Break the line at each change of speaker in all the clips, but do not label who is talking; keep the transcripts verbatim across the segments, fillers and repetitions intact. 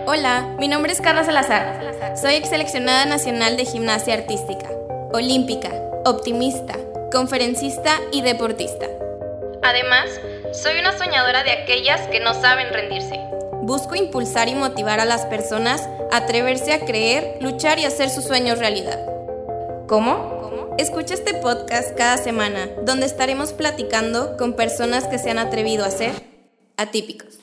Hola, mi nombre es Carla Salazar. Soy ex seleccionada nacional de gimnasia artística, olímpica, optimista, conferencista y deportista. Además, soy una soñadora de aquellas que no saben rendirse. Busco impulsar y motivar a las personas a atreverse a creer, luchar y hacer sus sueños realidad. ¿Cómo? Escucha este podcast cada semana, donde estaremos platicando con personas que se han atrevido a ser atípicos.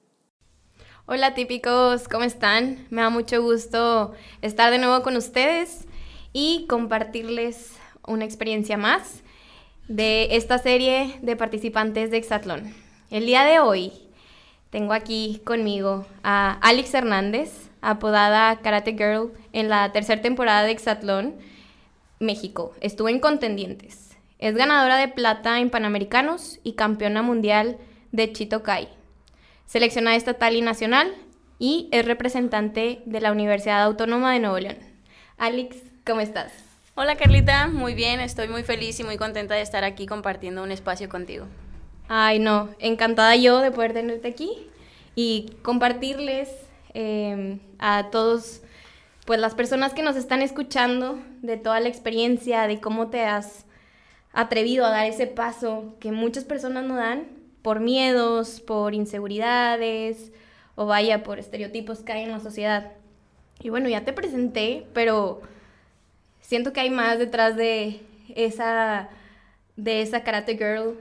Hola atípicos, ¿cómo están? Me da mucho gusto estar de nuevo con ustedes y compartirles una experiencia más de esta serie de participantes de Exatlón. El día de hoy tengo aquí conmigo a Alex Hernández, apodada Karate Girl en la tercera temporada de Exatlón México. Estuvo en contendientes. Es ganadora de plata en Panamericanos y campeona mundial de Chito-Kai. Seleccionada estatal y nacional, y es representante de la Universidad Autónoma de Nuevo León. Alex, ¿cómo estás?
Hola Carlita, muy bien, estoy muy feliz y muy contenta de estar aquí compartiendo un espacio contigo.
Ay, no, encantada yo de poder tenerte aquí y compartirles eh, a todos, pues las personas que nos están escuchando, de toda la experiencia, de cómo te has atrevido a dar ese paso que muchas personas no dan, por miedos, por inseguridades, o vaya, por estereotipos que hay en la sociedad. Y bueno, ya te presenté, pero siento que hay más detrás de esa, de esa Karate Girl.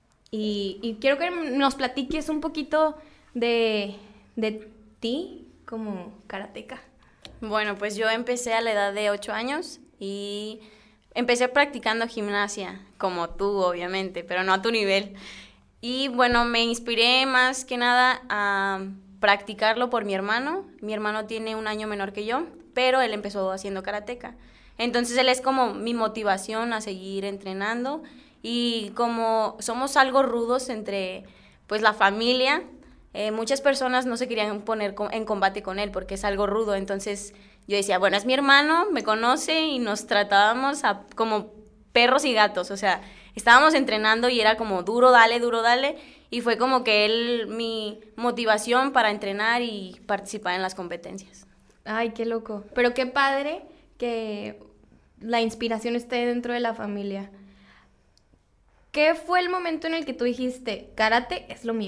Y, y quiero que nos platiques un poquito de, de ti como karateca.
Bueno, pues yo empecé a la edad de ocho años y empecé practicando gimnasia, como tú, obviamente, pero no a tu nivel. Y bueno, me inspiré más que nada a practicarlo por mi hermano. Mi hermano tiene un año menor que yo, pero él empezó haciendo karateca. Entonces él es como mi motivación a seguir entrenando. Y como somos algo rudos entre pues la familia, eh, muchas personas no se querían poner en combate con él porque es algo rudo. Entonces yo decía, bueno, es mi hermano, me conoce y nos tratábamos a, como perros y gatos, o sea, estábamos entrenando y era como duro, dale, duro, dale, y fue como que él, mi motivación para entrenar y participar en las competencias.
Ay, qué loco, pero qué padre que la inspiración esté dentro de la familia. ¿Qué fue el momento en el que tú dijiste, karate es lo mío?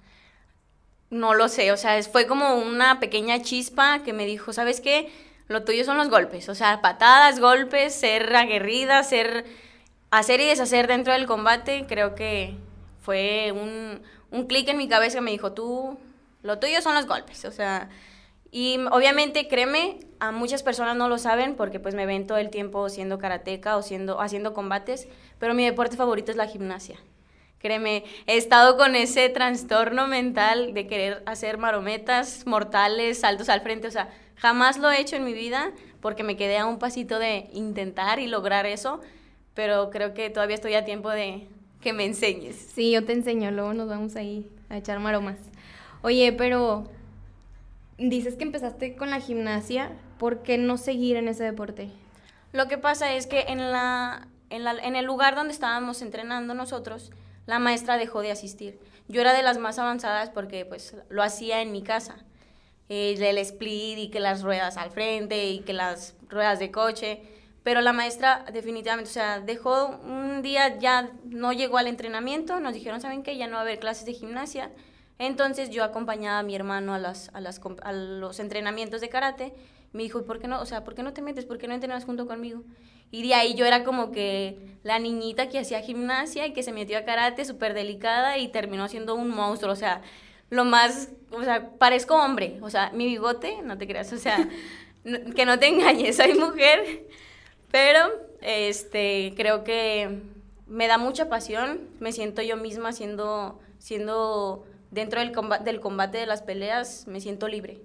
No lo sé, o sea, fue como una pequeña chispa que me dijo, ¿sabes qué? Lo tuyo son los golpes, o sea, patadas, golpes, ser aguerrida, ser, hacer y deshacer dentro del combate. Creo que fue un, un clic en mi cabeza que me dijo, tú, lo tuyo son los golpes, o sea, y obviamente, créeme, a muchas personas no lo saben porque pues me ven todo el tiempo siendo karateca o siendo, haciendo combates, pero mi deporte favorito es la gimnasia. Créeme, he estado con ese trastorno mental de querer hacer marometas mortales, saltos al frente, o sea, jamás lo he hecho en mi vida porque me quedé a un pasito de intentar y lograr eso, pero creo que todavía estoy a tiempo de que me enseñes.
Sí, yo te enseño, luego nos vamos ahí a echar maromas. Oye, pero dices que empezaste con la gimnasia, ¿por qué no seguir en ese deporte?
Lo que pasa es que en, la, en, la, en el lugar donde estábamos entrenando nosotros, la maestra dejó de asistir. Yo era de las más avanzadas porque pues lo hacía en mi casa. Eh, el split y que las ruedas al frente y que las ruedas de coche. Pero la maestra definitivamente, o sea, dejó un día, ya no llegó al entrenamiento. Nos dijeron, ¿saben qué? Ya no va a haber clases de gimnasia. Entonces yo acompañaba a mi hermano a, las, a, las, a los entrenamientos de karate. Me dijo, ¿por qué no? O sea, ¿por qué no te metes? ¿Por qué no entrenas junto conmigo? Y de ahí yo era como que la niñita que hacía gimnasia y que se metió a karate súper delicada y terminó siendo un monstruo, o sea, lo más, o sea, parezco hombre, o sea, mi bigote, no te creas, o sea, no, que no te engañes, soy mujer, pero este, creo que me da mucha pasión, me siento yo misma siendo, siendo dentro del combate, del combate de las peleas, me siento libre.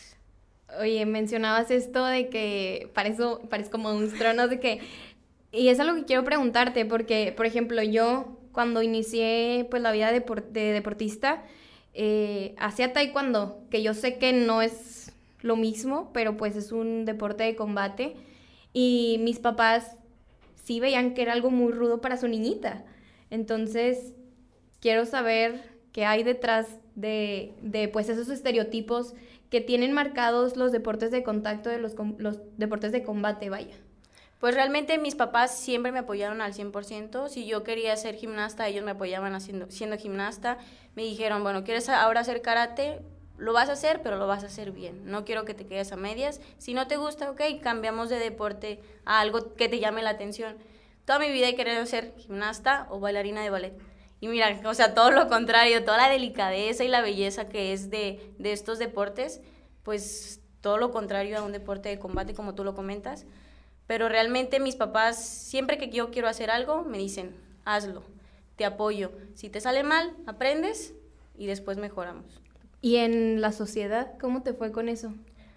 Oye, mencionabas esto de que parezco, parezco monstruo, no sé qué. Y es algo que quiero preguntarte, porque, por ejemplo, yo cuando inicié pues la vida de, de deportista, eh, hacía taekwondo, que yo sé que no es lo mismo, pero pues es un deporte de combate. Y mis papás sí veían que era algo muy rudo para su niñita. Entonces, quiero saber qué hay detrás de, de pues esos estereotipos que tienen marcados los deportes de contacto, de los, los deportes de combate, vaya?
Pues realmente mis papás siempre me apoyaron al cien por ciento. Si yo quería ser gimnasta, ellos me apoyaban haciendo, siendo gimnasta. Me dijeron, bueno, ¿quieres ahora hacer karate? Lo vas a hacer, pero lo vas a hacer bien. No quiero que te quedes a medias. Si no te gusta, ok, cambiamos de deporte a algo que te llame la atención. Toda mi vida he querido ser gimnasta o bailarina de ballet. Y mira, o sea, todo lo contrario, toda la delicadeza y la belleza que es de, de estos deportes, pues todo lo contrario a un deporte de combate, como tú lo comentas. Pero realmente mis papás, siempre que yo quiero hacer algo, me dicen, hazlo, te apoyo. Si te sale mal, aprendes y después mejoramos.
¿Y en la sociedad, cómo te fue con eso?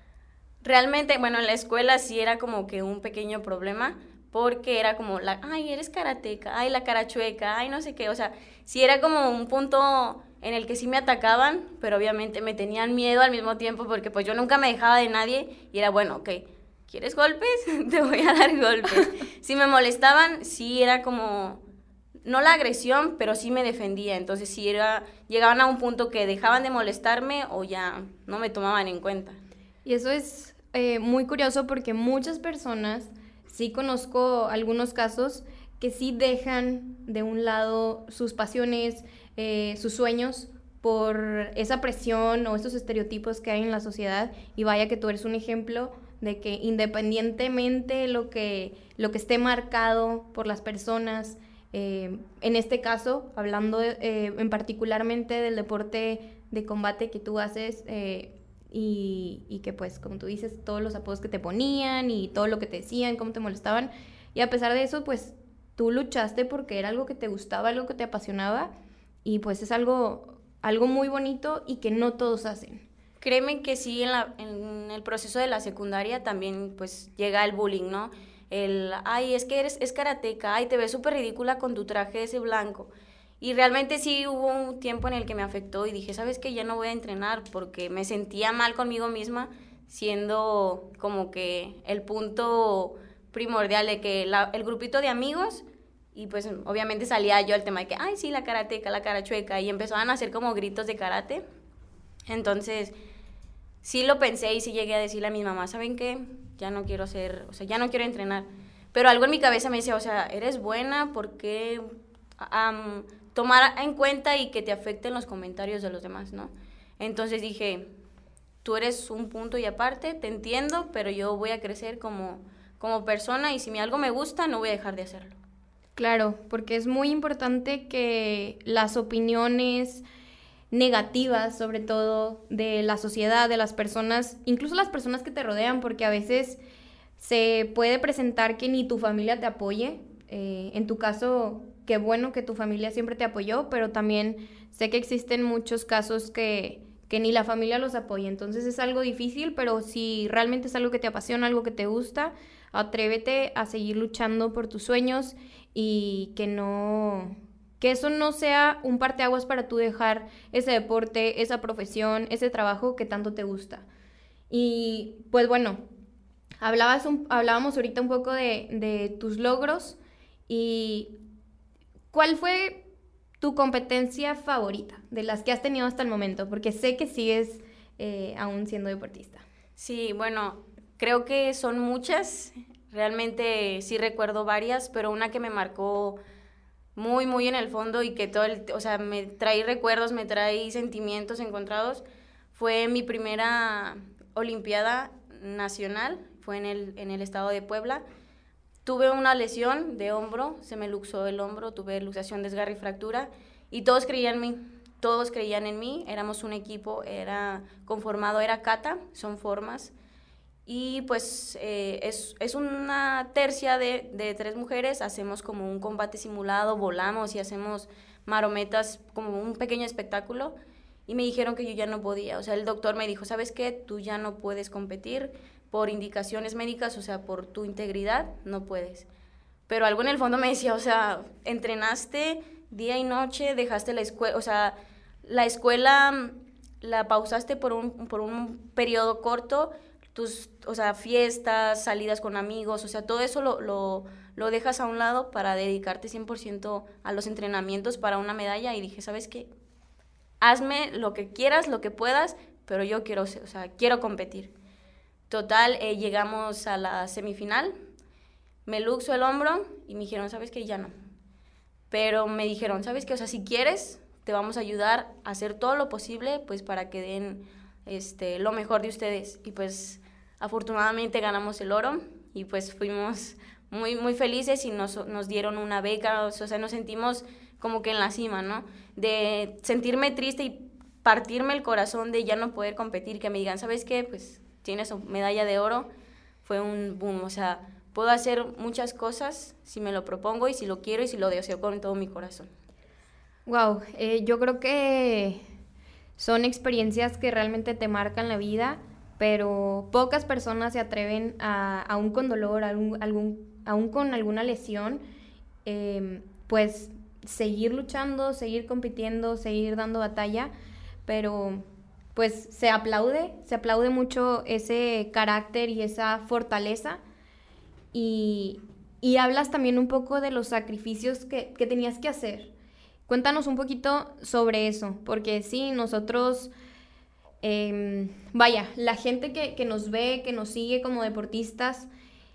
Realmente, bueno, en la escuela sí era como que un pequeño problema, porque era como, la, ay, eres karateca, ay, la cara chueca, ay, no sé qué. O sea, sí era como un punto en el que sí me atacaban, pero obviamente me tenían miedo al mismo tiempo, porque pues yo nunca me dejaba de nadie y era, bueno, ok, ¿quieres golpes? Te voy a dar golpes. Si me molestaban, sí era como, no la agresión, pero sí me defendía. Entonces sí era, llegaban a un punto que dejaban de molestarme o ya no me tomaban en cuenta.
Y eso es eh, muy curioso porque muchas personas, sí conozco algunos casos que sí dejan de un lado sus pasiones, eh, sus sueños, por esa presión o esos estereotipos que hay en la sociedad. Y vaya que tú eres un ejemplo de que independientemente lo que, lo que esté marcado por las personas, eh, en este caso, hablando de, eh, en particularmente del deporte de combate que tú haces, eh, y, y que pues, como tú dices, todos los apodos que te ponían y todo lo que te decían, cómo te molestaban, y a pesar de eso, pues, tú luchaste porque era algo que te gustaba, algo que te apasionaba, y pues es algo, algo muy bonito y que no todos hacen.
Créeme que sí, en, la, en el proceso de la secundaria también pues llega el bullying, ¿no? El, ay, es que eres es karateca, ay, te ves súper ridícula con tu traje ese blanco. Y realmente sí hubo un tiempo en el que me afectó y dije, ¿sabes qué? Ya no voy a entrenar porque me sentía mal conmigo misma, siendo como que el punto primordial de que la, el grupito de amigos, y pues obviamente salía yo al tema de que, ay, sí, la karateca, la cara chueca, y empezaban a hacer como gritos de karate. Entonces sí lo pensé y sí llegué a decirle a mi mamá, ¿saben qué? Ya no quiero ser, o sea, ya no quiero entrenar. Pero algo en mi cabeza me decía, o sea, eres buena, ¿por qué um, tomar en cuenta y que te afecten los comentarios de los demás, ¿no? Entonces dije, tú eres un punto y aparte, te entiendo, pero yo voy a crecer como, como persona y si algo me gusta, no voy a dejar de hacerlo.
Claro, porque es muy importante que las opiniones negativas, sobre todo, de la sociedad, de las personas, incluso las personas que te rodean, porque a veces se puede presentar que ni tu familia te apoye. Eh, en tu caso, qué bueno que tu familia siempre te apoyó, pero también sé que existen muchos casos que, que ni la familia los apoya. Entonces es algo difícil, pero si realmente es algo que te apasiona, algo que te gusta, atrévete a seguir luchando por tus sueños y que no... que eso no sea un parteaguas para tú dejar ese deporte, esa profesión, ese trabajo que tanto te gusta. Y pues bueno, hablabas un, hablábamos ahorita un poco de, de tus logros y ¿cuál fue tu competencia favorita de las que has tenido hasta el momento? Porque sé que sigues eh, aún siendo deportista.
Sí, bueno, creo que son muchas, realmente sí recuerdo varias, pero una que me marcó muy, muy en el fondo y que todo el, o sea, me trae recuerdos, me trae sentimientos encontrados, fue mi primera olimpiada nacional, fue en el, en el estado de Puebla. Tuve una lesión de hombro, se me luxó el hombro, tuve luxación, desgarre y fractura, y todos creían en mí, todos creían en mí, éramos un equipo, era conformado, era kata, son formas, y pues eh, es, es una tercia de, de tres mujeres, hacemos como un combate simulado, volamos y hacemos marometas, como un pequeño espectáculo, y me dijeron que yo ya no podía, o sea, el doctor me dijo, ¿sabes qué? Tú ya no puedes competir por indicaciones médicas, o sea, por tu integridad, no puedes. Pero algo en el fondo me decía, o sea, entrenaste día y noche, dejaste la escuela, o sea, la escuela la pausaste por un, por un periodo corto, tus, o sea, fiestas, salidas con amigos, o sea, todo eso lo, lo, lo dejas a un lado para dedicarte cien por ciento a los entrenamientos para una medalla, y dije, ¿sabes qué? hazme lo que quieras, lo que puedas, pero yo quiero, o sea, quiero competir. Total, eh, llegamos a la semifinal, me luxo el hombro y me dijeron, ¿sabes qué? Ya no. Pero me dijeron, ¿sabes qué? O sea, si quieres, te vamos a ayudar a hacer todo lo posible, pues, para que den este, lo mejor de ustedes. Y, pues, afortunadamente ganamos el oro y, pues, fuimos muy, muy felices y nos, nos dieron una beca. O sea, nos sentimos como que en la cima, ¿no? De sentirme triste y partirme el corazón de ya no poder competir, que me digan, ¿sabes qué? Pues, tienes medalla de oro, fue un boom, o sea, puedo hacer muchas cosas si me lo propongo y si lo quiero y si lo deseo con todo mi corazón.
Wow, eh, yo creo que son experiencias que realmente te marcan la vida, pero pocas personas se atreven a, aún con dolor, algún, algún, aún con alguna lesión, eh, pues seguir luchando, seguir compitiendo, seguir dando batalla, pero pues se aplaude, se aplaude mucho ese carácter y esa fortaleza. Y, y hablas también un poco de los sacrificios que, que tenías que hacer. Cuéntanos un poquito sobre eso, porque sí, nosotros, eh, vaya, la gente que, que nos ve, que nos sigue como deportistas,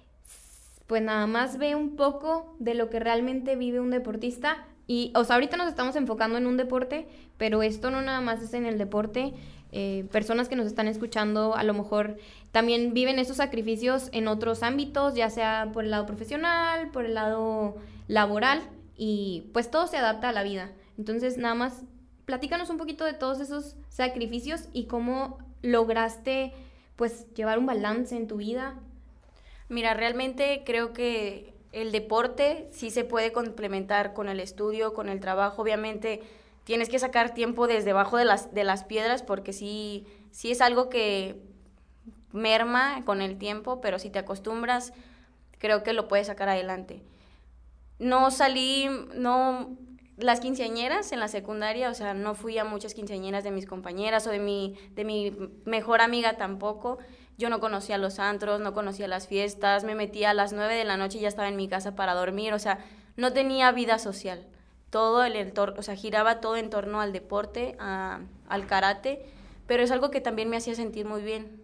pues nada más ve un poco de lo que realmente vive un deportista. Y, o sea, ahorita nos estamos enfocando en un deporte, pero esto no nada más es en el deporte. Eh, personas que nos están escuchando a lo mejor también viven esos sacrificios en otros ámbitos, ya sea por el lado profesional, por el lado laboral, y pues todo se adapta a la vida. Entonces, nada más, platícanos un poquito de todos esos sacrificios y cómo lograste pues llevar un balance en tu vida.
Mira, realmente creo que el deporte sí se puede complementar con el estudio, con el trabajo. Obviamente tienes que sacar tiempo desde debajo de las, de las piedras porque sí, sí es algo que merma con el tiempo, pero si te acostumbras, creo que lo puedes sacar adelante. No salí, no, las quinceañeras en la secundaria, o sea, no fui a muchas quinceañeras de mis compañeras o de mi, de mi mejor amiga tampoco. Yo no conocía los antros, no conocía las fiestas, me metía a las nueve de la noche y ya estaba en mi casa para dormir, o sea, no tenía vida social. Todo el entorno, o sea, giraba todo en torno al deporte, a, al karate, pero es algo que también me hacía sentir muy bien.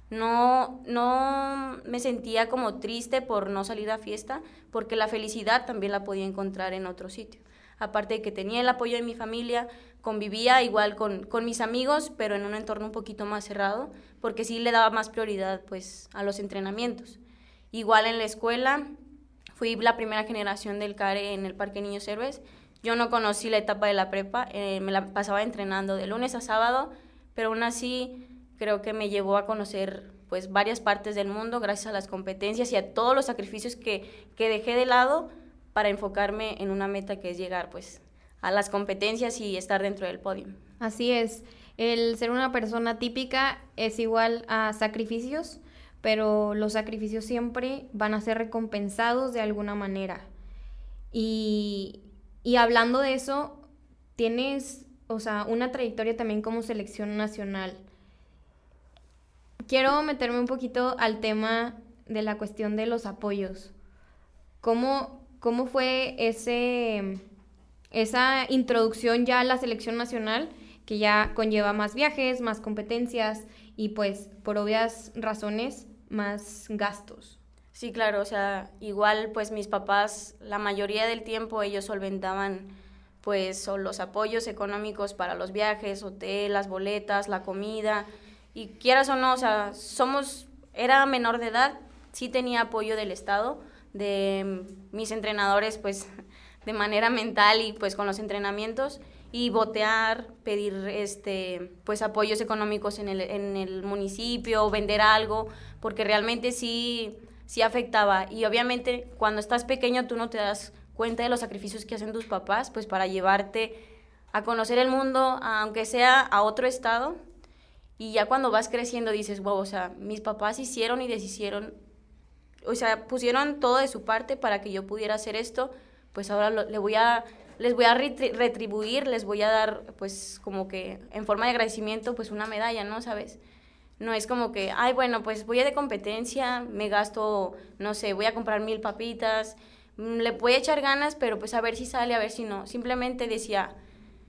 No, no me sentía como triste por no salir a fiesta, porque la felicidad también la podía encontrar en otro sitio. Aparte de que tenía el apoyo de mi familia, convivía igual con, con mis amigos, pero en un entorno un poquito más cerrado, porque sí le daba más prioridad pues, a los entrenamientos. Igual en la escuela, fui la primera generación del C A R E en el Parque Niños Héroes. Yo no conocí la etapa de la prepa, eh, me la pasaba entrenando de lunes a sábado, pero aún así creo que me llevó a conocer pues, varias partes del mundo gracias a las competencias y a todos los sacrificios que, que dejé de lado para enfocarme en una meta que es llegar pues, a las competencias y estar dentro del podio.
Así es, el ser una persona típica es igual a sacrificios, pero los sacrificios siempre van a ser recompensados de alguna manera. Y, y hablando de eso, tienes, o sea, una trayectoria también como selección nacional. Quiero meterme un poquito al tema de la cuestión de los apoyos. ¿Cómo, cómo fue ese, esa introducción ya a la selección nacional, que ya conlleva más viajes, más competencias y pues por obvias razones más gastos?
Sí, claro, o sea, igual pues mis papás la mayoría del tiempo ellos solventaban pues o los apoyos económicos para los viajes, hotel, las boletas, la comida, y quieras o no, o sea, somos, era menor de edad, sí tenía apoyo del Estado, de mis entrenadores pues de manera mental y pues con los entrenamientos, y botear, pedir este pues apoyos económicos en el, en el municipio, vender algo, porque realmente sí, sí afectaba. Y obviamente cuando estás pequeño tú no te das cuenta de los sacrificios que hacen tus papás pues para llevarte a conocer el mundo, a, aunque sea a otro estado, y ya cuando vas creciendo dices, wow, o sea, mis papás hicieron y deshicieron, o sea, pusieron todo de su parte para que yo pudiera hacer esto, pues ahora lo, le voy a... les voy a retribuir, les voy a dar, pues, como que en forma de agradecimiento, pues, una medalla, ¿no? ¿Sabes? No es como que, ay, bueno, pues, voy a de competencia, me gasto, no sé, voy a comprar mil papitas, le voy a echar ganas, pero, pues, a ver si sale, a ver si no. Simplemente decía,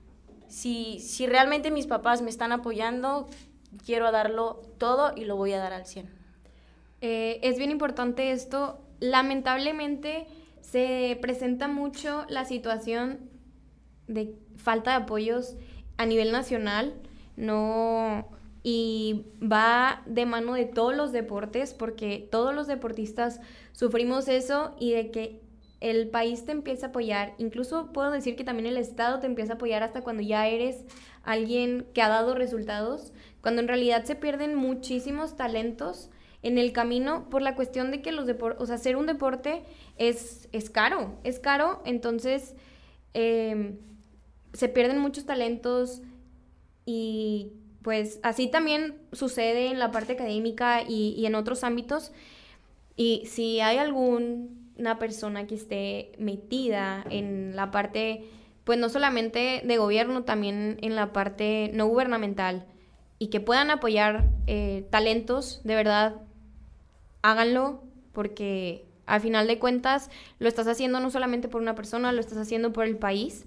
si, si realmente mis papás me están apoyando, quiero darlo todo y lo voy a dar al cien.
Eh, es bien importante esto. Lamentablemente se presenta mucho la situación de falta de apoyos a nivel nacional, no, y va de mano de todos los deportes, porque todos los deportistas sufrimos eso, y de que el país te empieza a apoyar, incluso puedo decir que también el Estado te empieza a apoyar hasta cuando ya eres alguien que ha dado resultados, cuando en realidad se pierden muchísimos talentos en el camino por la cuestión de que los deportes, o sea, hacer un deporte es, es caro, es caro, entonces eh, se pierden muchos talentos, y pues así también sucede en la parte académica y, y en otros ámbitos. Y si hay alguna persona que esté metida en la parte, pues no solamente de gobierno, también en la parte no gubernamental, y que puedan apoyar eh, talentos, de verdad, háganlo, porque al final de cuentas lo estás haciendo no solamente por una persona, lo estás haciendo por el país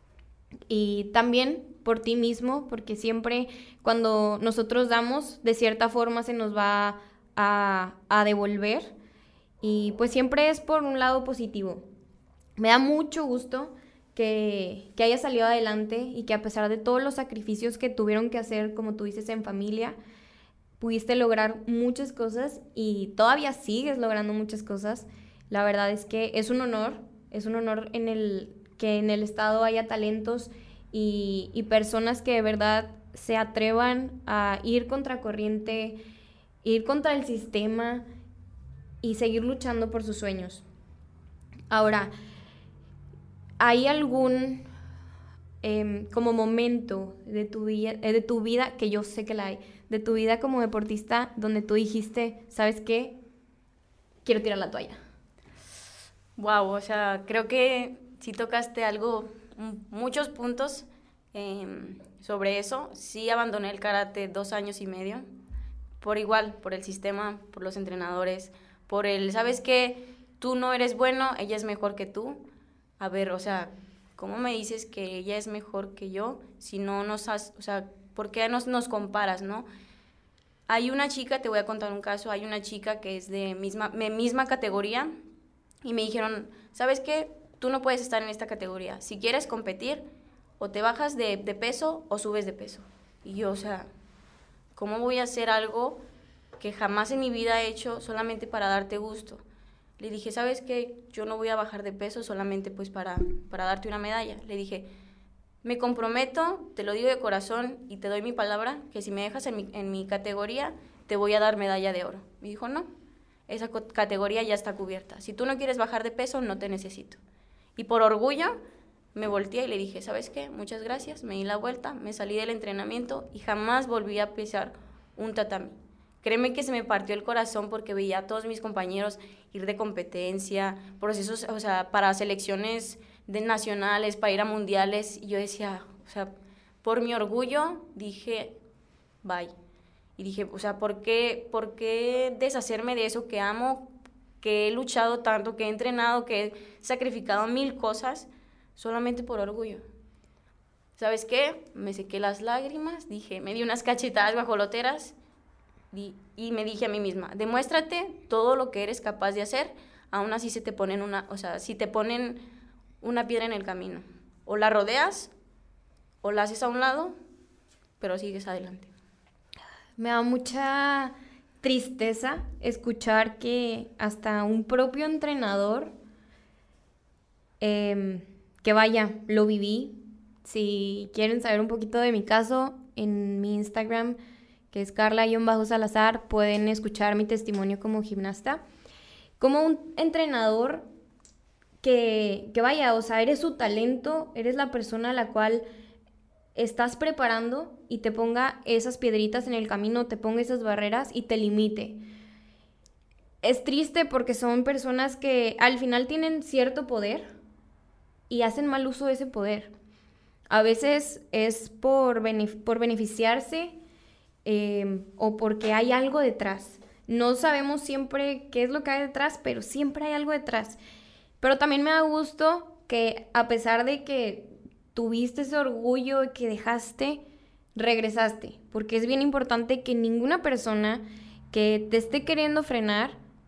y también por ti mismo, porque siempre cuando nosotros damos, de cierta forma se nos va a, a devolver, y pues siempre es por un lado positivo. Me da mucho gusto que, que haya salido adelante, y que a pesar de todos los sacrificios que tuvieron que hacer, como tú dices, en familia, pudiste lograr muchas cosas y todavía sigues logrando muchas cosas. La verdad es que es un honor, es un honor en el, que en el estado haya talentos y, y personas que de verdad se atrevan a ir contra corriente, ir contra el sistema y seguir luchando por sus sueños. Ahora, ¿hay algún eh, como momento de tu, vida, de tu vida, que yo sé que la hay, de tu vida como deportista, donde tú dijiste, ¿sabes qué? Quiero tirar la toalla?
Wow, o sea, creo que sí tocaste algo, muchos puntos eh, sobre eso. Sí abandoné el karate dos años y medio, por igual, por el sistema, por los entrenadores, por el, ¿sabes qué? Tú no eres bueno, ella es mejor que tú. A ver, o sea, ¿cómo me dices que ella es mejor que yo si no nos has, o sea, ¿por qué nos, nos comparas, no? Hay una chica, te voy a contar un caso, hay una chica que es de misma, de misma categoría, y me dijeron, ¿sabes qué? Tú no puedes estar en esta categoría. Si quieres competir, o te bajas de, de peso o subes de peso. Y yo, o sea, ¿cómo voy a hacer algo que jamás en mi vida he hecho solamente para darte gusto? Le dije, ¿sabes qué? Yo no voy a bajar de peso solamente pues para, para darte una medalla. Le dije, me comprometo, te lo digo de corazón y te doy mi palabra, que si me dejas en mi, en mi categoría, te voy a dar medalla de oro. Me dijo, no, esa categoría ya está cubierta. Si tú no quieres bajar de peso, no te necesito. Y por orgullo me volteé y le dije, ¿sabes qué? Muchas gracias, me di la vuelta, me salí del entrenamiento y jamás volví a pisar un tatami. Créeme que se me partió el corazón porque veía a todos mis compañeros ir de competencia, procesos, o sea, para selecciones de nacionales, para ir a mundiales, y yo decía, o sea, por mi orgullo dije, bye. Y dije, o sea, ¿por qué, por qué deshacerme de eso que amo, que he luchado tanto, que he entrenado, que he sacrificado mil cosas, solamente por orgullo? ¿Sabes qué? Me sequé las lágrimas, dije, me di unas cachetadas guajoloteras y, y me dije a mí misma, demuéstrate todo lo que eres capaz de hacer, aún así se te ponen una, o sea, si te ponen una piedra en el camino, o la rodeas, o la haces a un lado, pero sigues adelante.
Me da mucha tristeza escuchar que hasta un propio entrenador, eh, que vaya, lo viví. Si quieren saber un poquito de mi caso, en mi Instagram, que es Carla-Salazar, pueden escuchar mi testimonio como gimnasta. Como un entrenador que, que vaya, o sea, eres su talento, eres la persona a la cual estás preparando y te ponga esas piedritas en el camino, te ponga esas barreras y te limite. Es triste porque son personas que al final tienen cierto poder y hacen mal uso de ese poder. A veces es por, benef- por beneficiarse eh, o porque hay algo detrás. No sabemos siempre qué es lo que hay detrás, pero siempre hay algo detrás. Pero también me da gusto que a pesar de que tuviste ese orgullo que dejaste, regresaste, porque es bien importante que ninguna persona que te esté queriendo frenar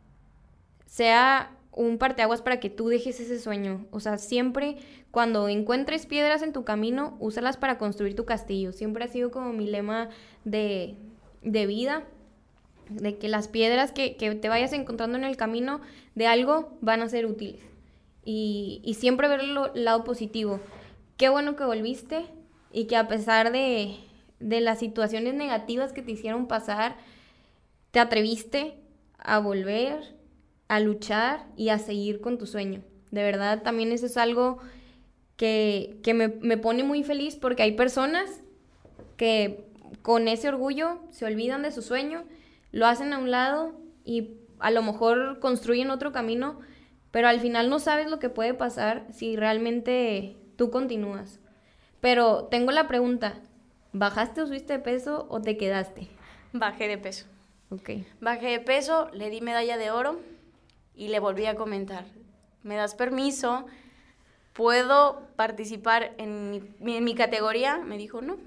sea un parteaguas para que tú dejes ese sueño. O sea, siempre cuando encuentres piedras en tu camino, úsalas para construir tu castillo. Siempre ha sido como mi lema de, de vida, de que las piedras que, que te vayas encontrando en el camino de algo van a ser útiles. Y, y siempre ver el lado positivo. Qué bueno que volviste y que a pesar de, de las situaciones negativas que te hicieron pasar, te atreviste a volver, a luchar y a seguir con tu sueño. De verdad, también eso es algo que, que me, me pone muy feliz, porque hay personas que con ese orgullo se olvidan de su sueño, lo hacen a un lado y a lo mejor construyen otro camino, pero al final no sabes lo que puede pasar si realmente tú continúas. Pero tengo la pregunta, ¿bajaste o subiste de peso o te quedaste?
Bajé de peso.
Ok.
Bajé de peso, le di medalla de oro y le volví a comentar, ¿me das permiso? ¿Puedo participar en mi, en mi categoría? Me dijo, no,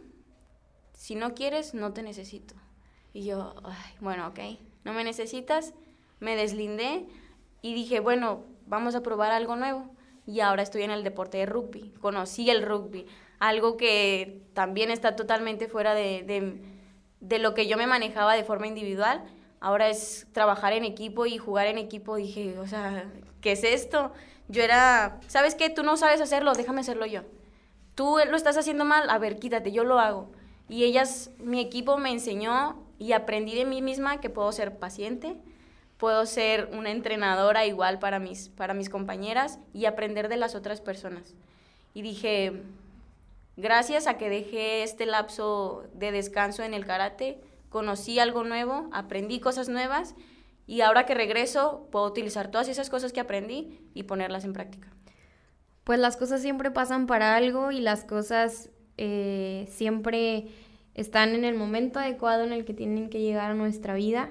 si no quieres, no te necesito. Y yo, ay, bueno, ok, no me necesitas, me deslindé y dije, bueno, vamos a probar algo nuevo. Y ahora estoy en el deporte de rugby, conocí el rugby, algo que también está totalmente fuera de, de, de lo que yo me manejaba de forma individual. Ahora es trabajar en equipo y jugar en equipo. Dije, o sea, ¿qué es esto? Yo era, ¿sabes qué? Tú no sabes hacerlo, déjame hacerlo yo. Tú lo estás haciendo mal, a ver, quítate, yo lo hago. Y ellas, mi equipo me enseñó y aprendí de mí misma que puedo ser paciente, puedo ser una entrenadora igual para mis, para mis compañeras y aprender de las otras personas. Y dije, gracias a que dejé este lapso de descanso en el karate, conocí algo nuevo, aprendí cosas nuevas y ahora que regreso puedo utilizar todas esas cosas que aprendí y ponerlas en práctica.
Pues las cosas siempre pasan para algo y las cosas eh, siempre están en el momento adecuado en el que tienen que llegar a nuestra vida.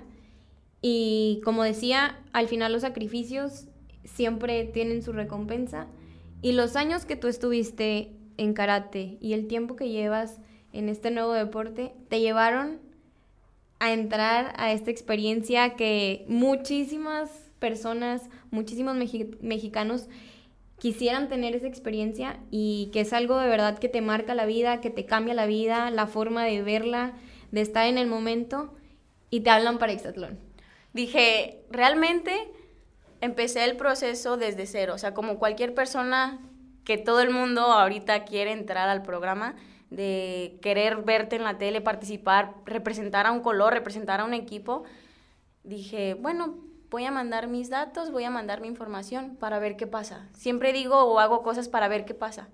Y como decía, al final los sacrificios siempre tienen su recompensa. Y los años que tú estuviste en karate y el tiempo que llevas en este nuevo deporte te llevaron a entrar a esta experiencia que muchísimas personas, muchísimos mexi- mexicanos quisieran tener esa experiencia, y que es algo de verdad que te marca la vida, que te cambia la vida, la forma de verla, de estar en el momento, y te hablan para Ixatlón.
Dije, realmente empecé el proceso desde cero, o sea, como cualquier persona que todo el mundo ahorita quiere entrar al programa, de querer verte en la tele, participar, representar a un color, representar a un equipo. Dije, bueno, voy a mandar mis datos, voy a mandar mi información para ver qué pasa. Siempre digo o hago cosas para ver qué pasa.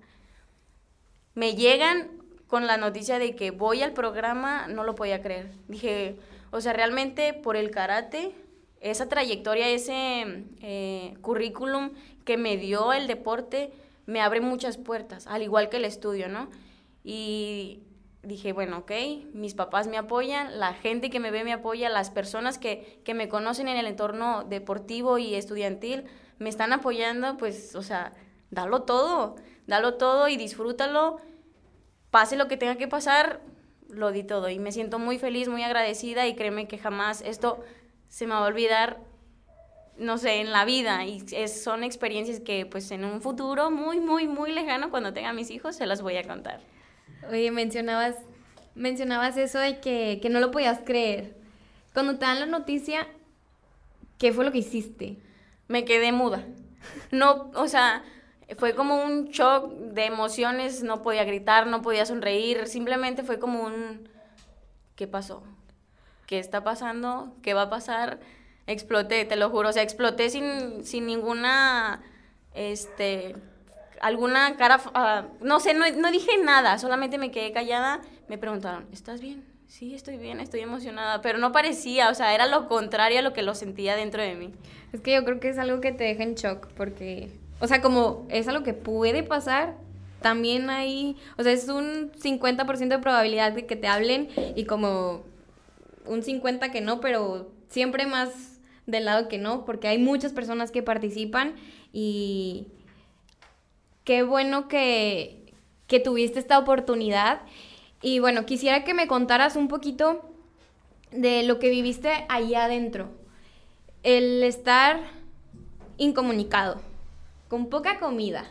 Me llegan con la noticia de que voy al programa, no lo podía creer. Dije, o sea, realmente por el karate, esa trayectoria, ese eh, currículum que me dio el deporte, me abre muchas puertas, al igual que el estudio, ¿no? Y dije, bueno, ok, mis papás me apoyan, la gente que me ve me apoya, las personas que, que me conocen en el entorno deportivo y estudiantil me están apoyando, pues, o sea, dalo todo, dalo todo y disfrútalo, pase lo que tenga que pasar, lo di todo. Y me siento muy feliz, muy agradecida, y créeme que jamás esto se me va a olvidar, no sé, en la vida. Y es, son experiencias que, pues, en un futuro muy, muy, muy lejano, cuando tenga mis hijos, se las voy a contar.
Oye, mencionabas, mencionabas eso de que, que no lo podías creer. Cuando te dan la noticia, ¿qué fue lo que hiciste?
Me quedé muda. No, o sea, fue como un shock de emociones, no podía gritar, no podía sonreír, simplemente fue como un, ¿qué pasó? ¿Qué está pasando? ¿Qué va a pasar? Exploté, te lo juro, o sea, exploté sin, sin ninguna, este... alguna cara, uh, no sé, no, no dije nada, solamente me quedé callada. Me preguntaron, ¿estás bien? Sí, estoy bien, estoy emocionada, pero no parecía, o sea, era lo contrario a lo que lo sentía dentro de mí.
Es que yo creo que es algo que te deja en shock, porque, o sea, como es algo que puede pasar, también hay, o sea, es un cincuenta por ciento de probabilidad de que te hablen y como un cincuenta por ciento que no, pero siempre más del lado que no, porque hay muchas personas que participan. Y qué bueno que, que tuviste esta oportunidad. Y bueno, quisiera que me contaras un poquito de lo que viviste ahí adentro. El estar incomunicado, con poca comida,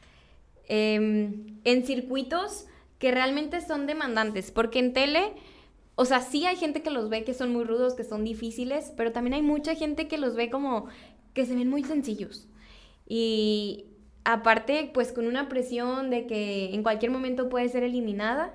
eh, en circuitos que realmente son demandantes, porque en tele, o sea, sí hay gente que los ve que son muy rudos, que son difíciles, pero también hay mucha gente que los ve como que se ven muy sencillos. Y aparte, pues con una presión de que en cualquier momento puede ser eliminada.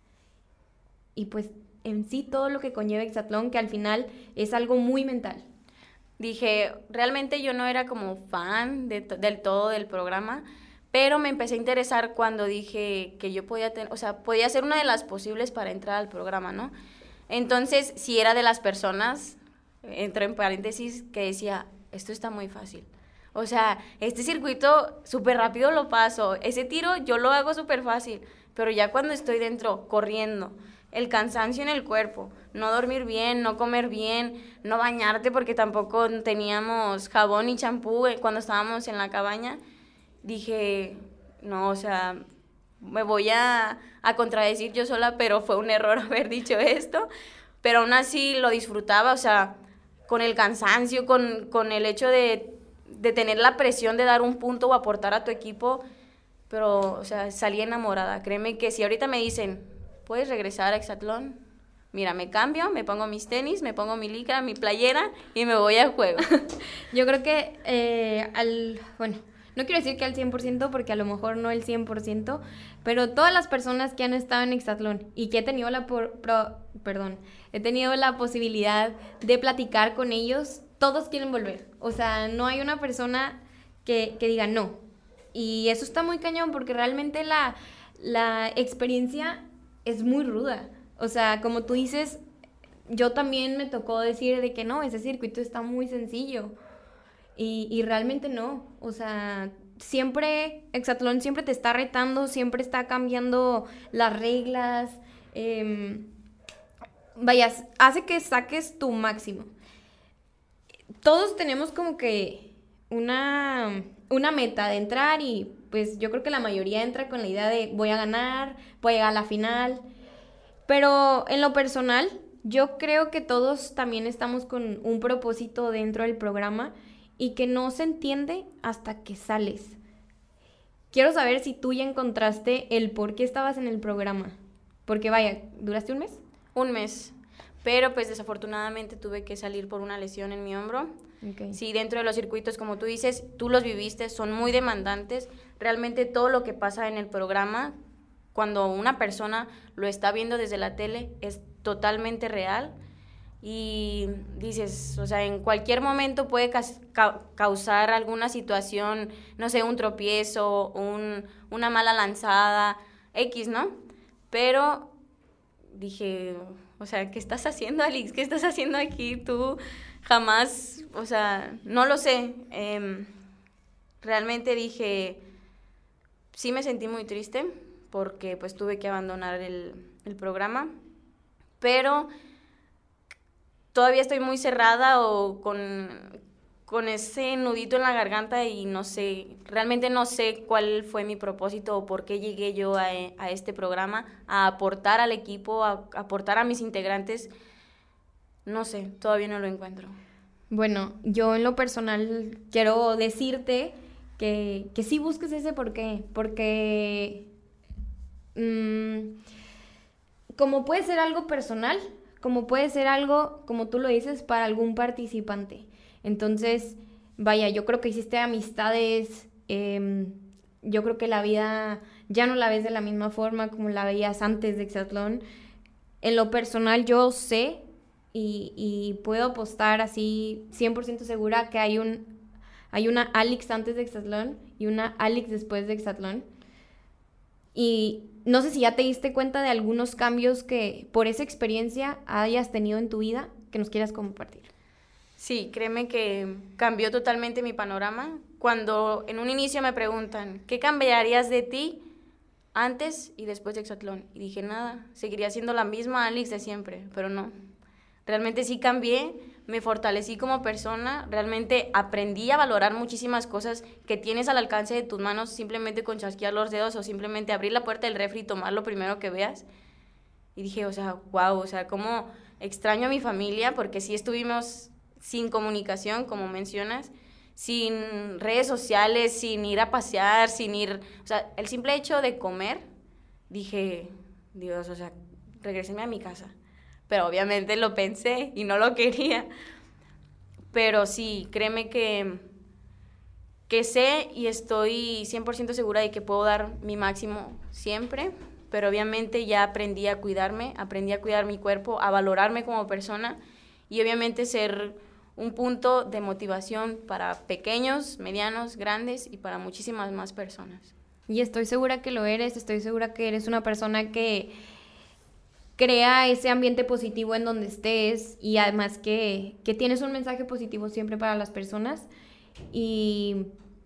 Y pues en sí todo lo que conlleva Hexatlón, que al final es algo muy mental.
Dije, realmente yo no era como fan de, del todo del programa, pero me empecé a interesar cuando dije que yo podía tener, o sea, podía ser una de las posibles para entrar al programa, ¿no? Entonces, si era de las personas, entro en paréntesis, que decía, esto está muy fácil. O sea, este circuito súper rápido lo paso, ese tiro yo lo hago súper fácil, pero ya cuando estoy dentro, corriendo, el cansancio en el cuerpo, no dormir bien, no comer bien, no bañarte porque tampoco teníamos jabón ni champú cuando estábamos en la cabaña, dije, no, o sea, me voy a, a contradecir yo sola, pero fue un error haber dicho esto, pero aún así lo disfrutaba, o sea, con el cansancio, con, con el hecho de, de tener la presión de dar un punto o aportar a tu equipo, pero, o sea, salí enamorada. Créeme que si ahorita me dicen, ¿puedes regresar a Hexatlón? Mira, me cambio, me pongo mis tenis, me pongo mi licra, mi playera y me voy al juego.
Yo creo que eh, al, bueno, no quiero decir que al cien por ciento porque a lo mejor no el cien por ciento, pero todas las personas que han estado en Hexatlón y que he tenido la por, pro, perdón, he tenido la posibilidad de platicar con ellos, todos quieren volver. O sea, no hay una persona que, que diga no. Y eso está muy cañón porque realmente la, la experiencia es muy ruda. O sea, como tú dices, yo también me tocó decir de que no, ese circuito está muy sencillo. Y, y realmente no. O sea, siempre, Hexatlón siempre te está retando, siempre está cambiando las reglas. Eh, vaya, hace que saques tu máximo. Todos tenemos como que una, una meta de entrar y pues yo creo que la mayoría entra con la idea de voy a ganar, voy a llegar a la final. Pero en lo personal, yo creo que todos también estamos con un propósito dentro del programa y que no se entiende hasta que sales. Quiero saber si tú ya encontraste el por qué estabas en el programa. Porque vaya, ¿duraste un mes?
Un mes, pero pues desafortunadamente tuve que salir por una lesión en mi hombro.
Okay.
Sí, dentro de los circuitos, como tú dices, tú los viviste, son muy demandantes. Realmente todo lo que pasa en el programa, cuando una persona lo está viendo desde la tele, es totalmente real. Y dices, o sea, en cualquier momento puede ca- causar alguna situación, no sé, un tropiezo, un, una mala lanzada, X, ¿no? Pero dije, o sea, ¿qué estás haciendo, Alix? ¿Qué estás haciendo aquí? Tú jamás, o sea, no lo sé. Eh, realmente dije, sí me sentí muy triste porque pues tuve que abandonar el, el programa, pero todavía estoy muy cerrada o con, con ese nudito en la garganta y no sé, realmente no sé cuál fue mi propósito o por qué llegué yo a, a este programa, a aportar al equipo, a, a aportar a mis integrantes. No sé, todavía no lo encuentro.
Bueno, yo en lo personal quiero decirte que, que sí busques ese por qué, porque mmm, como puede ser algo personal, como puede ser algo, como tú lo dices, para algún participante. Entonces, vaya, yo creo que hiciste amistades, eh, yo creo que la vida ya no la ves de la misma forma como la veías antes de Hexatlón. En lo personal yo sé y, y puedo apostar así cien por ciento segura que hay, un, hay una Alix antes de Hexatlón y una Alix después de Hexatlón. Y no sé si ya te diste cuenta de algunos cambios que por esa experiencia hayas tenido en tu vida que nos quieras compartir.
Sí, créeme que cambió totalmente mi panorama. Cuando en un inicio me preguntan, ¿qué cambiarías de ti antes y después de Hexatlón? Y dije, nada, seguiría siendo la misma Alix de siempre, pero no. Realmente sí cambié, me fortalecí como persona, realmente aprendí a valorar muchísimas cosas que tienes al alcance de tus manos simplemente con chasquear los dedos o simplemente abrir la puerta del refri y tomar lo primero que veas. Y dije, o sea, wow, o sea, cómo extraño a mi familia, porque sí estuvimos sin comunicación, como mencionas, sin redes sociales, sin ir a pasear, sin ir, o sea, el simple hecho de comer, dije, Dios, o sea, regrésenme a mi casa. Pero obviamente lo pensé y no lo quería. Pero sí, créeme que, que sé y estoy cien por ciento segura de que puedo dar mi máximo siempre, pero obviamente ya aprendí a cuidarme, aprendí a cuidar mi cuerpo, a valorarme como persona y obviamente ser un punto de motivación para pequeños, medianos, grandes y para muchísimas más personas.
Y estoy segura que lo eres, estoy segura que eres una persona que crea ese ambiente positivo en donde estés y además que, que tienes un mensaje positivo siempre para las personas. Y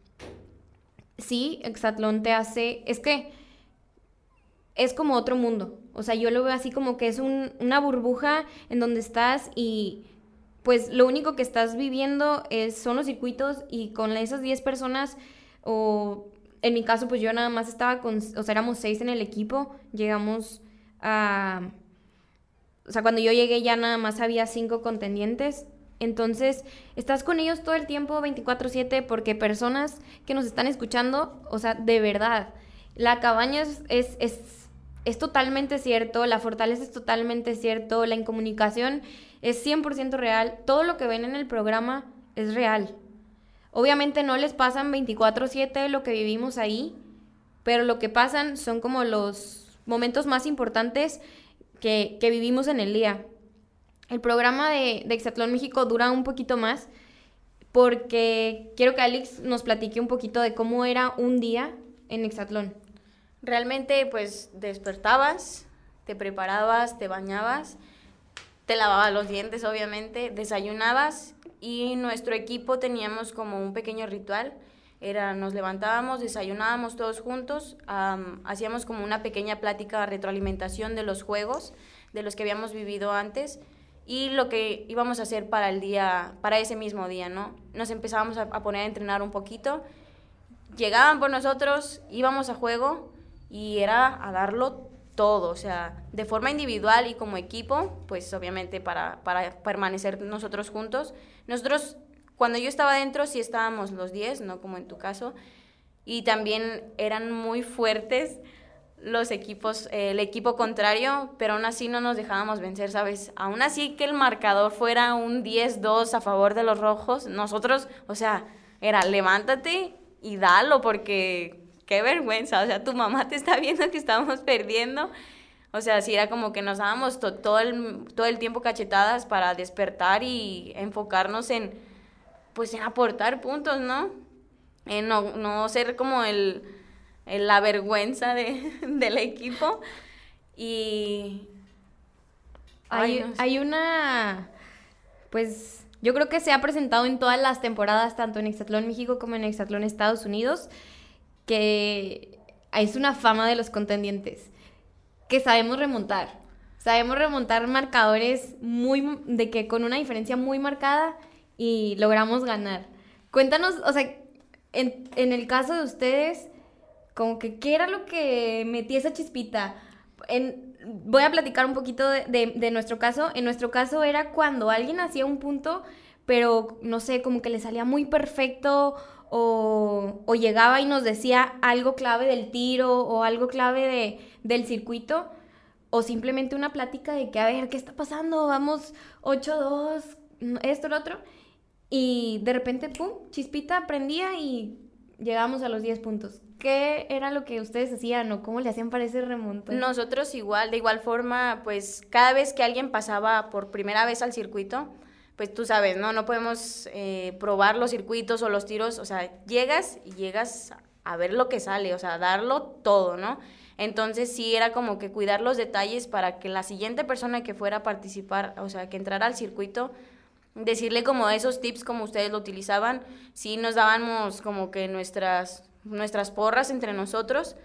sí, Exatlón te hace, es que es como otro mundo, o sea, yo lo veo así como que es un, una burbuja en donde estás y pues lo único que estás viviendo es, son los circuitos y con esas diez personas, o en mi caso pues yo nada más estaba con, o sea, éramos seis en el equipo, llegamos a... O sea, cuando yo llegué ya nada más había cinco contendientes. Entonces, estás con ellos todo el tiempo, veinticuatro siete, porque personas que nos están escuchando, o sea, de verdad, la cabaña es, es, es, es totalmente cierto, la fortaleza es totalmente cierto, la incomunicación es cien por ciento real, todo lo que ven en el programa es real. Obviamente no les pasan veinticuatro siete lo que vivimos ahí, pero lo que pasan son como los momentos más importantes Que, que vivimos en el día. El programa de, de Exatlón México dura un poquito más porque quiero que Alex nos platique un poquito de cómo era un día en Exatlón.
Realmente pues despertabas, te preparabas, te bañabas, te lavabas los dientes obviamente, desayunabas y nuestro equipo teníamos como un pequeño ritual. Era, nos levantábamos, desayunábamos todos juntos, um, hacíamos como una pequeña plática, retroalimentación de los juegos, de los que habíamos vivido antes y lo que íbamos a hacer para el día, para ese mismo día, ¿no? Nos empezábamos a, a poner a entrenar un poquito, llegaban por nosotros, íbamos a juego y era a darlo todo, o sea, de forma individual y como equipo, pues obviamente para, para permanecer nosotros juntos. Nosotros... Cuando yo estaba adentro sí estábamos los diez, no como en tu caso, y también eran muy fuertes los equipos, eh, el equipo contrario, pero aún así no nos dejábamos vencer, ¿sabes? Aún así que el marcador fuera un diez dos a favor de los rojos, nosotros, o sea, era levántate y dalo porque qué vergüenza, o sea, tu mamá te está viendo que estamos perdiendo. O sea, sí era como que nos dábamos to- todo, el, todo el tiempo cachetadas para despertar y enfocarnos en pues en aportar puntos, ¿no? En no, no ser como el, el la vergüenza de, del equipo. Y
hay, ay, no sé. Hay una, pues yo creo que se ha presentado en todas las temporadas, tanto en Exatlón México como en Exatlón Estados Unidos, que es una fama de los contendientes, que sabemos remontar. Sabemos remontar marcadores muy, de que con una diferencia muy marcada y logramos ganar. Cuéntanos, o sea, en, en el caso de ustedes, como que ¿qué era lo que metía esa chispita? En, voy a platicar un poquito de, de, de nuestro caso. En nuestro caso era cuando alguien hacía un punto, pero no sé, como que le salía muy perfecto o, o llegaba y nos decía algo clave del tiro o algo clave de, del circuito, o simplemente una plática de que, a ver, ¿qué está pasando? Vamos ocho dos, esto, lo otro. Y de repente, pum, chispita, prendía y llegábamos a los diez puntos. ¿Qué era lo que ustedes hacían o cómo le hacían para ese remonte?
Nosotros igual, de igual forma, pues cada vez que alguien pasaba por primera vez al circuito, pues tú sabes, ¿no? No podemos eh, probar los circuitos o los tiros, o sea, llegas y llegas a ver lo que sale, o sea, darlo todo, ¿no? Entonces sí era como que cuidar los detalles para que la siguiente persona que fuera a participar, o sea, que entrara al circuito, decirle como esos tips como ustedes lo utilizaban. Sí nos dábamos como que nuestras, nuestras porras entre nosotros,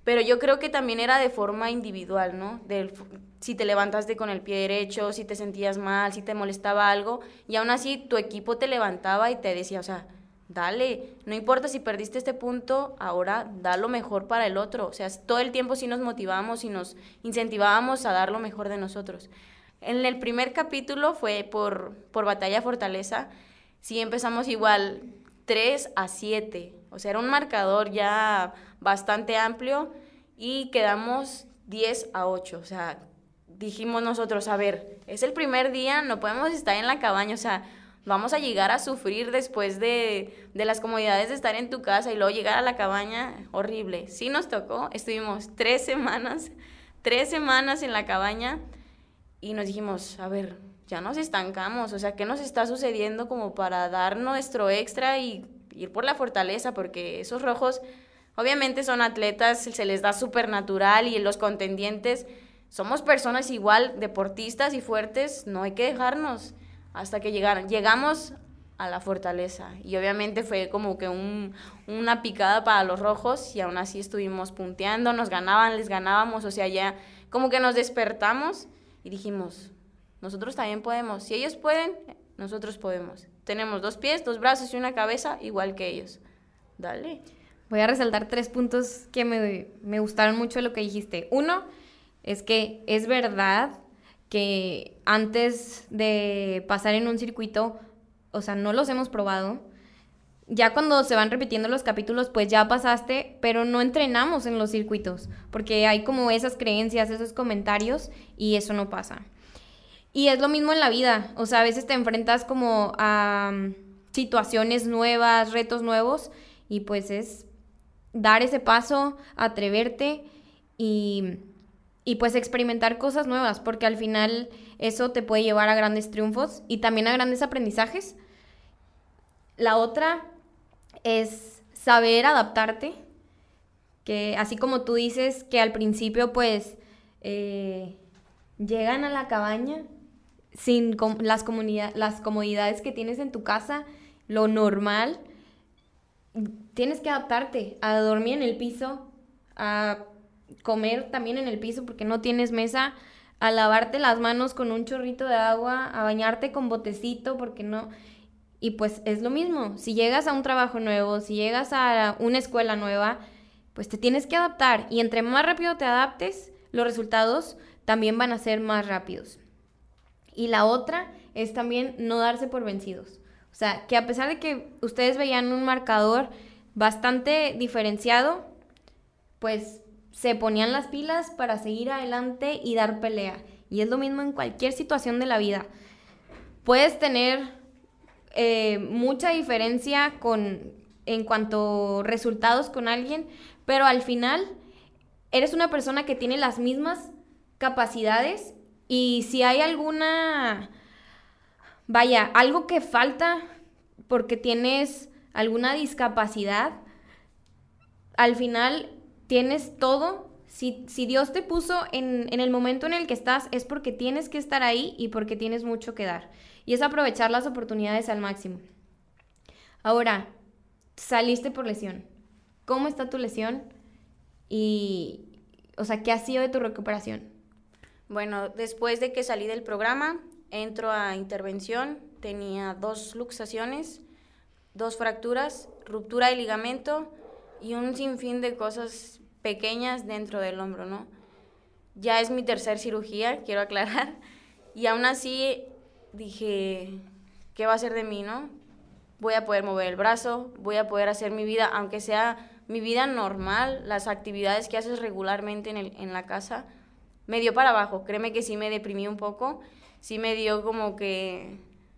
Pero yo creo que también era de forma individual, ¿no? Del, si te levantaste con el pie derecho, si te sentías mal, si te molestaba algo, y aún así tu equipo te levantaba y te decía, o sea, dale, no importa si perdiste este punto, ahora da lo mejor para el otro. O sea, todo el tiempo sí nos motivábamos y nos incentivábamos a dar lo mejor de nosotros. En el primer capítulo fue por, por Batalla Fortaleza, sí empezamos igual tres a siete, o sea, era un marcador ya bastante amplio y quedamos diez a ocho, o sea, dijimos nosotros, a ver, es el primer día, no podemos estar en la cabaña, o sea, vamos a llegar a sufrir después de, de las comodidades de estar en tu casa y luego llegar a la cabaña, horrible. Sí nos tocó, estuvimos tres semanas, tres semanas en la cabaña y nos dijimos, a ver, ya nos estancamos, o sea, ¿qué nos está sucediendo como para dar nuestro extra y ir por la fortaleza? Porque esos rojos, obviamente son atletas, se les da súper natural y los contendientes somos personas igual, deportistas y fuertes, no hay que dejarnos hasta que llegaron. Llegamos a la fortaleza y obviamente fue como que un, una picada para los rojos y aún así estuvimos punteando, nos ganaban, les ganábamos, o sea, ya como que nos despertamos y dijimos, nosotros también podemos, si ellos pueden, nosotros podemos. Tenemos dos pies, dos brazos y una cabeza igual que ellos. Dale.
Voy a resaltar tres puntos que me, me gustaron mucho de lo que dijiste. Uno, es que es verdad que antes de pasar en un circuito, o sea, no los hemos probado. Ya cuando se van repitiendo los capítulos, pues ya pasaste, pero no entrenamos en los circuitos, porque hay como esas creencias, esos comentarios, y eso no pasa. Y es lo mismo en la vida, o sea, a veces te enfrentas como a um, situaciones nuevas, retos nuevos, y pues es dar ese paso, atreverte y, y pues experimentar cosas nuevas, porque al final eso te puede llevar a grandes triunfos y también a grandes aprendizajes. La otra es saber adaptarte, que así como tú dices que al principio pues eh, llegan a la cabaña sin com- las, comunidad- las comodidades que tienes en tu casa, lo normal, tienes que adaptarte a dormir en el piso, a comer también en el piso porque no tienes mesa, a lavarte las manos con un chorrito de agua, a bañarte con botecito porque no... Y pues es lo mismo, si llegas a un trabajo nuevo, si llegas a una escuela nueva, pues te tienes que adaptar y entre más rápido te adaptes, los resultados también van a ser más rápidos. Y la otra es también no darse por vencidos. O sea, que a pesar de que ustedes veían un marcador bastante diferenciado, pues se ponían las pilas para seguir adelante y dar pelea. Y es lo mismo en cualquier situación de la vida. Puedes tener eh, mucha diferencia con, en cuanto a resultados con alguien, pero al final eres una persona que tiene las mismas capacidades y si hay alguna, vaya, algo que falta porque tienes alguna discapacidad, al final tienes todo. Si, si Dios te puso en, en el momento en el que estás, es porque tienes que estar ahí y porque tienes mucho que dar. Y es aprovechar las oportunidades al máximo. Ahora, saliste por lesión. ¿Cómo está tu lesión? Y, o sea, ¿qué ha sido de tu recuperación?
Bueno, después de que salí del programa, entro a intervención, tenía dos luxaciones, dos fracturas, ruptura de ligamento y un sinfín de cosas pequeñas dentro del hombro, ¿no? Ya es mi tercer cirugía, quiero aclarar, y aún así dije, ¿qué va a ser de mí, no? Voy a poder mover el brazo, voy a poder hacer mi vida, aunque sea mi vida normal, las actividades que haces regularmente en, el, en la casa. Me dio para abajo, créeme que sí me deprimí un poco, sí me dio como que...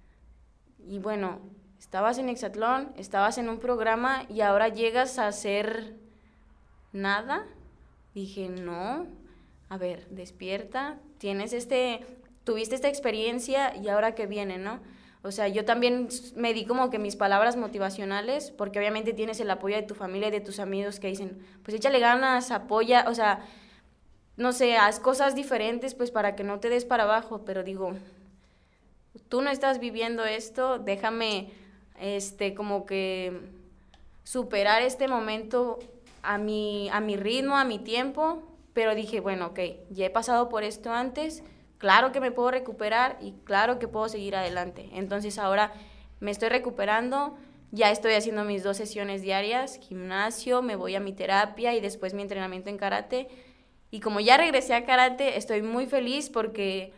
Y bueno, estabas en Hexatlón, estabas en un programa y ahora llegas a hacer nada. Dije, no, a ver, despierta, tienes este, tuviste esta experiencia y ahora qué viene, ¿no? O sea, yo también me di como que mis palabras motivacionales, porque obviamente tienes el apoyo de tu familia y de tus amigos que dicen, pues échale ganas, apoya, o sea... no sé, haz cosas diferentes pues para que no te des para abajo, pero digo, tú no estás viviendo esto, déjame este como que superar este momento a mi, a mi ritmo, a mi tiempo, pero dije, bueno, ok, ya he pasado por esto antes, claro que me puedo recuperar y claro que puedo seguir adelante. Entonces ahora me estoy recuperando, ya estoy haciendo mis dos sesiones diarias, gimnasio, me voy a mi terapia y después mi entrenamiento en karate. Y como ya regresé a karate, estoy muy feliz porque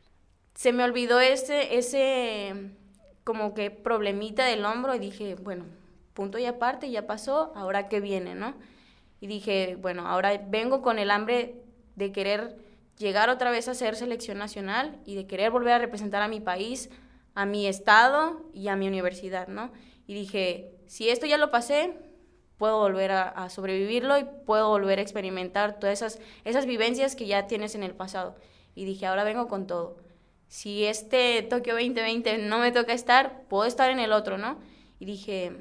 se me olvidó ese, ese como que problemita del hombro y dije, bueno, punto y aparte, ya pasó, ahora qué viene, ¿no? Y dije, bueno, ahora vengo con el hambre de querer llegar otra vez a ser selección nacional y de querer volver a representar a mi país, a mi estado y a mi universidad, ¿no? Y dije, si esto ya lo pasé, puedo volver a, a sobrevivirlo y puedo volver a experimentar todas esas, esas vivencias que ya tienes en el pasado. Y dije, ahora vengo con todo. Si este Tokio veinte veinte no me toca estar, puedo estar en el otro, ¿no? Y dije,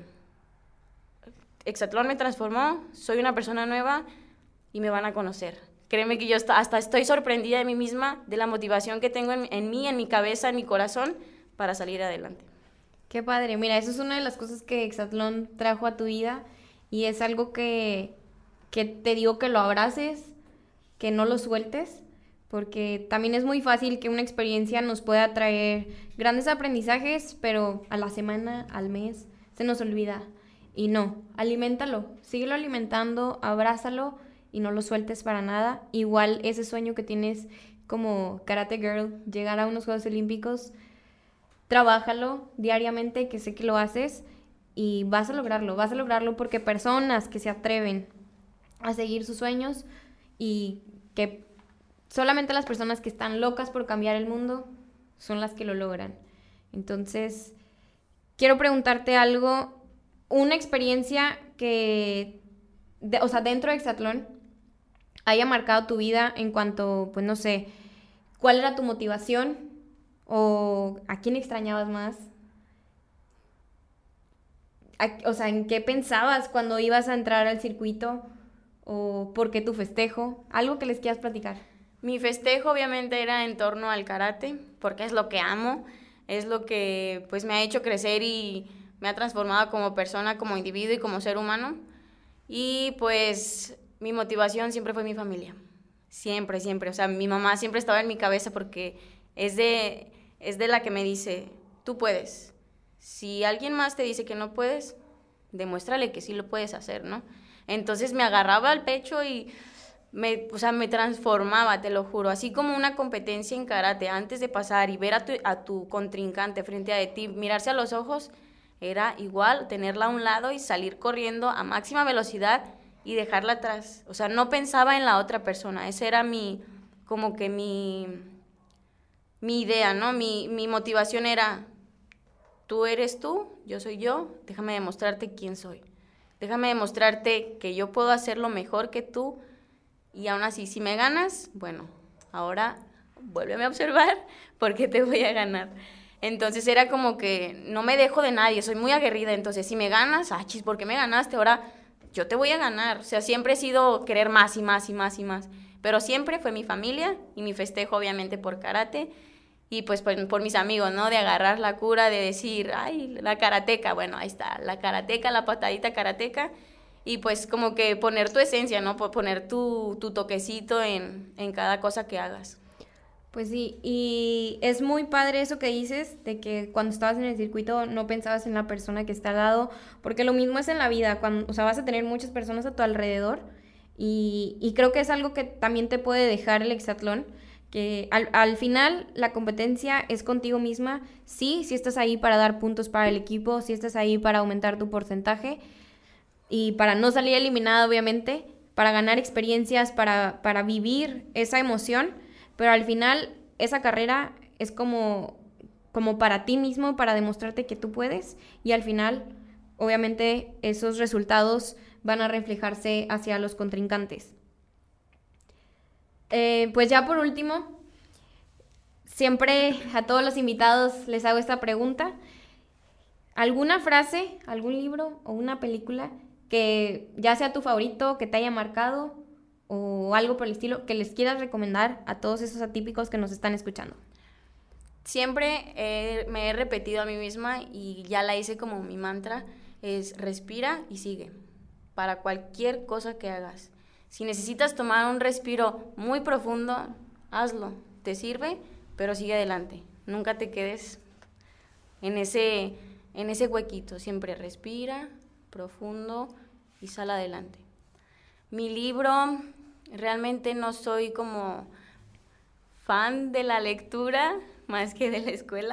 Exatlón me transformó, soy una persona nueva y me van a conocer. Créeme que yo hasta estoy sorprendida de mí misma, de la motivación que tengo en, en mí, en mi cabeza, en mi corazón, para salir adelante.
Qué padre. Mira, eso es una de las cosas que Exatlón trajo a tu vida y es algo que, que te digo que lo abraces, que no lo sueltes, porque también es muy fácil que una experiencia nos pueda traer grandes aprendizajes, pero a la semana, al mes, se nos olvida. Y no, aliméntalo, síguelo alimentando, abrázalo y no lo sueltes para nada. Igual ese sueño que tienes como Karate Girl, llegar a unos Juegos Olímpicos, trabájalo diariamente, que sé que lo haces y vas a lograrlo, vas a lograrlo porque personas que se atreven a seguir sus sueños y que solamente las personas que están locas por cambiar el mundo son las que lo logran. Entonces, quiero preguntarte algo. Una experiencia que, de, o sea, dentro de Exatlón haya marcado tu vida en cuanto, pues no sé, ¿cuál era tu motivación? ¿O a quién extrañabas más? A, o sea, ¿en qué pensabas cuando ibas a entrar al circuito? ¿O por qué tu festejo? Algo que les quieras platicar.
Mi festejo obviamente era en torno al karate, porque es lo que amo, es lo que pues me ha hecho crecer y me ha transformado como persona, como individuo y como ser humano. Y pues mi motivación siempre fue mi familia. Siempre, siempre. O sea, mi mamá siempre estaba en mi cabeza porque es de, es de la que me dice, tú puedes. Si alguien más te dice que no puedes, demuéstrale que sí lo puedes hacer, ¿no? Entonces me agarraba al pecho y me, o sea, me transformaba, te lo juro. Así como una competencia en karate, antes de pasar y ver a tu, a tu contrincante frente a ti, mirarse a los ojos, era igual tenerla a un lado y salir corriendo a máxima velocidad y dejarla atrás. O sea, no pensaba en la otra persona. Esa era mi, como que mi, mi idea, ¿no? Mi, mi motivación era, tú eres tú, yo soy yo, déjame demostrarte quién soy. Déjame demostrarte que yo puedo hacerlo mejor que tú y aún así, si me ganas, bueno, ahora vuélveme a observar porque te voy a ganar. Entonces era como que no me dejo de nadie, soy muy aguerrida, entonces si me ganas, ah, chis, ¿por qué me ganaste? Ahora yo te voy a ganar. O sea, siempre he sido querer más y más y más y más, pero siempre fue mi familia y mi festejo obviamente por karate y pues por, por mis amigos, ¿no? De agarrar la cura, de decir, ay, la karateca, bueno, ahí está, la karateca, la patadita karateca y pues como que poner tu esencia, ¿no? Poner tu, tu toquecito en, en cada cosa que hagas.
Pues sí, y es muy padre eso que dices, de que cuando estabas en el circuito no pensabas en la persona que está al lado, porque lo mismo es en la vida, cuando, o sea, vas a tener muchas personas a tu alrededor, y, y creo que es algo que también te puede dejar el hexatlón, que al, al final la competencia es contigo misma, sí, si estás ahí para dar puntos para el equipo, si estás ahí para aumentar tu porcentaje, y para no salir eliminada obviamente, para ganar experiencias, para, para vivir esa emoción. Pero al final esa carrera es como, como para ti mismo, para demostrarte que tú puedes y al final obviamente esos resultados van a reflejarse hacia los contrincantes. Eh, pues ya por último, siempre a todos los invitados les hago esta pregunta. ¿Alguna frase, algún libro o una película que ya sea tu favorito, que te haya marcado o algo por el estilo, que les quieras recomendar a todos esos atípicos que nos están escuchando?
Siempre eh, me he repetido a mí misma y ya la hice como mi mantra, es respira y sigue. para cualquier cosa que hagas. Si necesitas tomar un respiro muy profundo, hazlo, te sirve, pero sigue adelante. Nunca te quedes en ese, en ese huequito, siempre respira profundo y sal adelante. Mi libro, realmente no soy como fan de la lectura, más que de la escuela,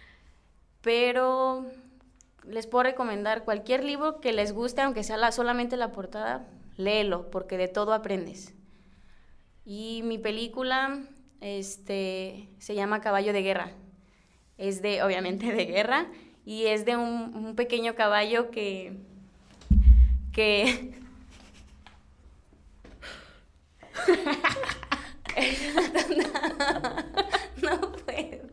pero les puedo recomendar cualquier libro que les guste, aunque sea la, solamente la portada, léelo, porque de todo aprendes. Y mi película este, se llama Caballo de Guerra. Es de, obviamente, de guerra, y es de un, un pequeño caballo que... que no puedo.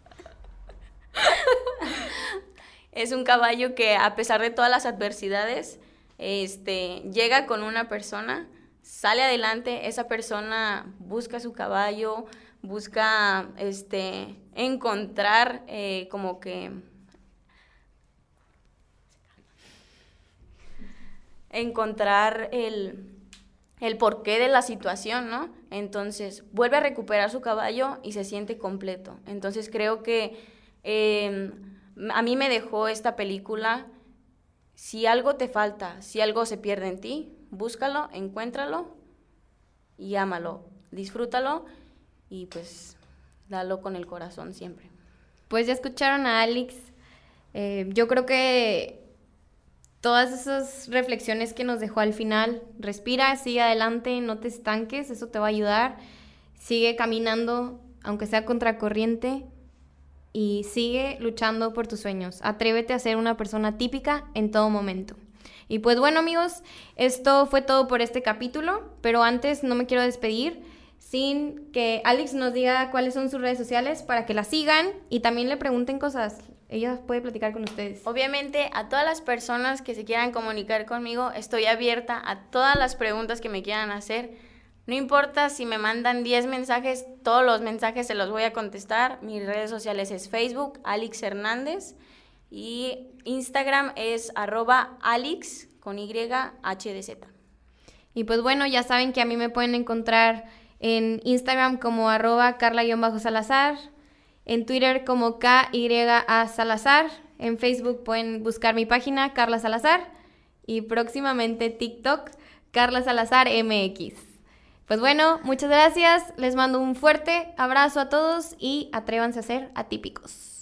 Es un caballo que, a pesar de todas las adversidades, este, llega con una persona, sale adelante, esa persona busca su caballo, busca este, encontrar eh, como que... encontrar el, el porqué de la situación, ¿no? Entonces, vuelve a recuperar su caballo y se siente completo. Entonces, creo que eh, a mí me dejó esta película: si algo te falta, si algo se pierde en ti, búscalo, encuéntralo y ámalo, disfrútalo y pues dalo con el corazón siempre.
Pues ya escucharon a Alex. Eh, yo creo que todas esas reflexiones que nos dejó al final, respira, sigue adelante, no te estanques, eso te va a ayudar. Sigue caminando, aunque sea contracorriente, y sigue luchando por tus sueños. Atrévete a ser una persona típica en todo momento. Y pues bueno, amigos, esto fue todo por este capítulo, pero antes no me quiero despedir sin que Alex nos diga cuáles son sus redes sociales para que la sigan y también le pregunten cosas. Ella puede platicar con ustedes.
Obviamente, a todas las personas que se quieran comunicar conmigo, estoy abierta a todas las preguntas que me quieran hacer. No importa si me mandan diez mensajes, todos los mensajes se los voy a contestar. Mis redes sociales es Facebook, Alex Hernández, y Instagram es arroba Alex con Y H D Z.
Y pues bueno, ya saben que a mí me pueden encontrar en Instagram como arroba Carla-Salazar, en Twitter como K Y A Salazar, en Facebook pueden buscar mi página Carla Salazar y próximamente TikTok Carla Salazar M X. Pues bueno, muchas gracias, les mando un fuerte abrazo a todos y atrévanse a ser atípicos.